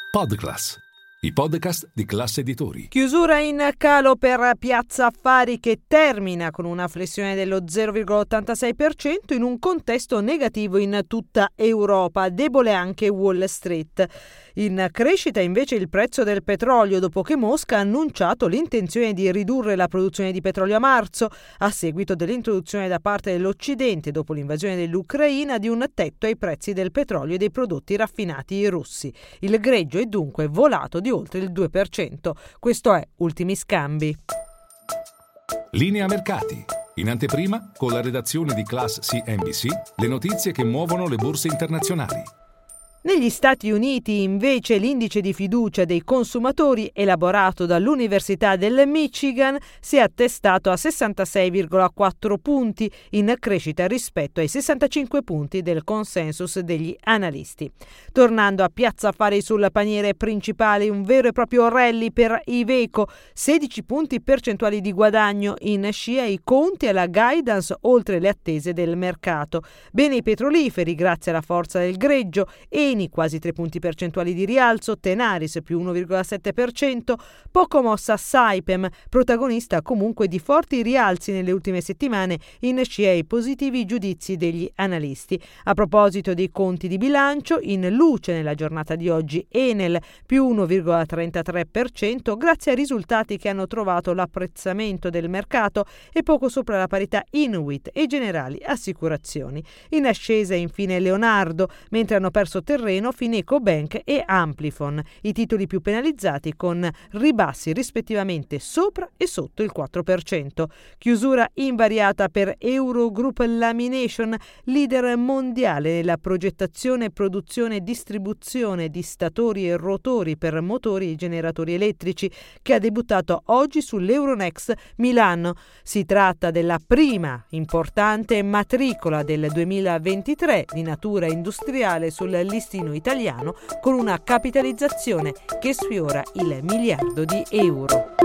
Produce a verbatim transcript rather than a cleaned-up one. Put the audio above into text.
Podclass, i podcast di Class Editori. Chiusura in calo per Piazza Affari, che termina con una flessione dello zero virgola ottantasei per cento in un contesto negativo in tutta Europa, debole anche Wall Street. In crescita invece il prezzo del petrolio, dopo che Mosca ha annunciato l'intenzione di ridurre la produzione di petrolio a marzo, a seguito dell'introduzione da parte dell'Occidente, dopo l'invasione dell'Ucraina, di un tetto ai prezzi del petrolio e dei prodotti raffinati russi. Il greggio è dunque volato di oltre il due per cento. Questo è Ultimi Scambi. Linea mercati. In anteprima, con la redazione di Class C N B C, le notizie che muovono le borse internazionali. Negli Stati Uniti, invece, l'indice di fiducia dei consumatori, elaborato dall'Università del Michigan, si è attestato a sessantasei virgola quattro punti, in crescita rispetto ai sessantacinque punti del consensus degli analisti. Tornando a Piazza Affari, sul paniere principale un vero e proprio rally per Iveco, sedici punti percentuali di guadagno in scia ai conti e alla guidance oltre le attese del mercato. Bene i petroliferi grazie alla forza del greggio, e quasi tre punti percentuali di rialzo, Tenaris più uno virgola sette per cento, poco mossa Saipem, protagonista comunque di forti rialzi nelle ultime settimane in scia ai positivi giudizi degli analisti. A proposito dei conti di bilancio, in luce nella giornata di oggi Enel più uno virgola trentatré per cento grazie ai risultati che hanno trovato l'apprezzamento del mercato e poco sopra la parità Inuit e Generali Assicurazioni. In ascesa infine Leonardo, mentre hanno perso terreno Fineco Bank e Amplifon, i titoli più penalizzati con ribassi rispettivamente sopra e sotto il quattro per cento. Chiusura invariata per Eurogroup Lamination, leader mondiale nella progettazione, produzione e distribuzione di statori e rotori per motori e generatori elettrici, che ha debuttato oggi sull'Euronext Milano. Si tratta della prima importante matricola del duemilaventitré di natura industriale sul listino italiano, con una capitalizzazione che sfiora il miliardo di euro.